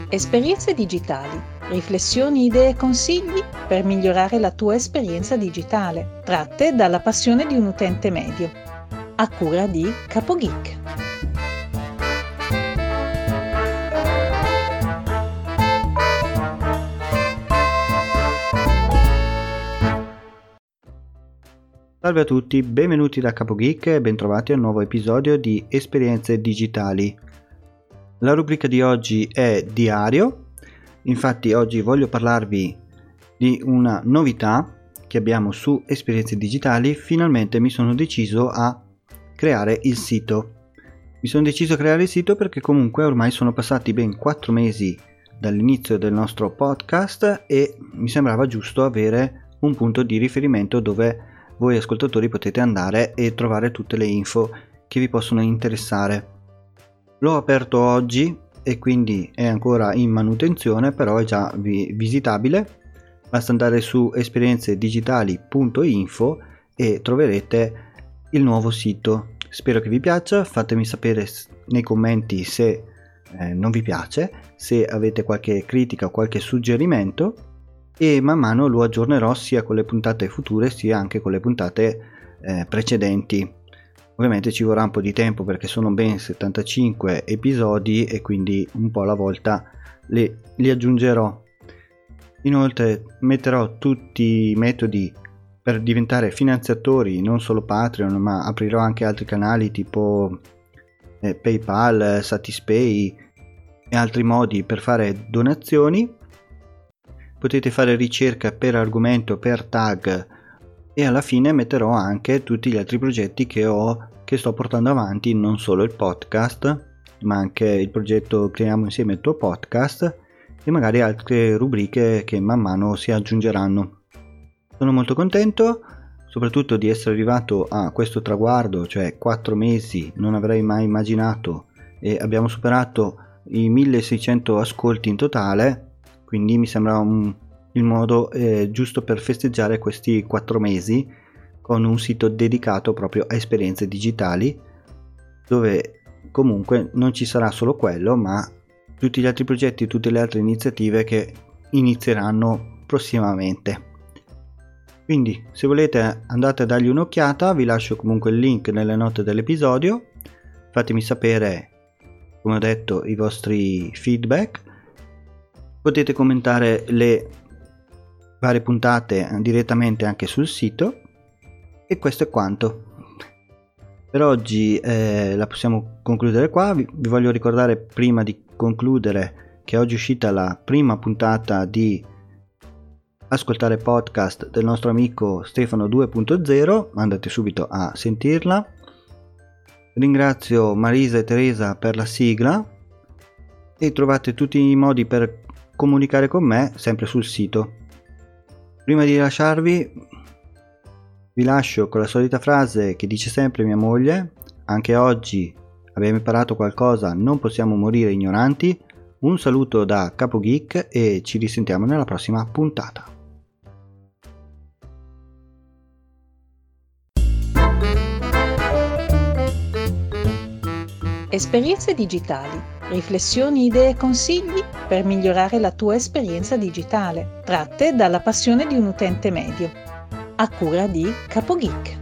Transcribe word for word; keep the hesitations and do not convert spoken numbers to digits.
Esperienze digitali, riflessioni, idee e consigli per migliorare la tua esperienza digitale, tratte dalla passione di un utente medio, a cura di CapoGeek. Salve a tutti, benvenuti da CapoGeek e bentrovati a un nuovo episodio di Esperienze digitali. La rubrica di oggi è diario, infatti oggi voglio parlarvi di una novità che abbiamo su Esperienze digitali. Finalmente mi sono deciso a creare il sito. Mi sono deciso a creare il sito perché comunque ormai sono passati ben quattro mesi dall'inizio del nostro podcast e mi sembrava giusto avere un punto di riferimento dove voi ascoltatori potete andare e trovare tutte le info che vi possono interessare. L'ho aperto oggi e quindi è ancora in manutenzione, però è già vi- visitabile. Basta andare su esperienzedigitali punto info e troverete il nuovo sito. Spero che vi piaccia, fatemi sapere nei commenti se eh, non vi piace, se avete qualche critica o qualche suggerimento, e man mano lo aggiornerò sia con le puntate future sia anche con le puntate eh, precedenti. Ovviamente ci vorrà un po' di tempo perché sono ben settantacinque episodi e quindi un po' alla volta li, li aggiungerò. Inoltre metterò tutti i metodi per diventare finanziatori, non solo Patreon, ma aprirò anche altri canali tipo eh, PayPal, Satispay e altri modi per fare donazioni. Potete fare ricerca per argomento, per tag, e alla fine metterò anche tutti gli altri progetti che ho, che sto portando avanti, non solo il podcast, ma anche il progetto Creiamo insieme il tuo podcast e magari altre rubriche che man mano si aggiungeranno. Sono molto contento, soprattutto di essere arrivato a questo traguardo, cioè quattro mesi, non avrei mai immaginato, e abbiamo superato i milleseicento ascolti in totale. Quindi mi sembra un, il modo eh, giusto per festeggiare questi quattro mesi con un sito dedicato proprio a esperienze digitali, dove comunque non ci sarà solo quello, ma tutti gli altri progetti, tutte le altre iniziative che inizieranno prossimamente. Quindi se volete andate a dargli un'occhiata, vi lascio comunque il link nelle note dell'episodio, fatemi sapere, come ho detto, i vostri feedback. Potete commentare le varie puntate direttamente anche sul sito e questo è quanto. Per oggi eh, la possiamo concludere qua. Vi, vi voglio ricordare prima di concludere che oggi è uscita la prima puntata di Ascoltare Podcast del nostro amico Stefano due punto zero, andate subito a sentirla. Ringrazio Marisa e Teresa per la sigla e trovate tutti i modi per comunicare con me sempre sul sito. Prima di lasciarvi vi lascio con la solita frase che dice sempre mia moglie: anche oggi abbiamo imparato qualcosa, non possiamo morire ignoranti. Un saluto da CapoGeek e ci risentiamo nella prossima puntata. Esperienze digitali, riflessioni, idee e consigli per migliorare la tua esperienza digitale, tratte dalla passione di un utente medio, a cura di CapoGeek.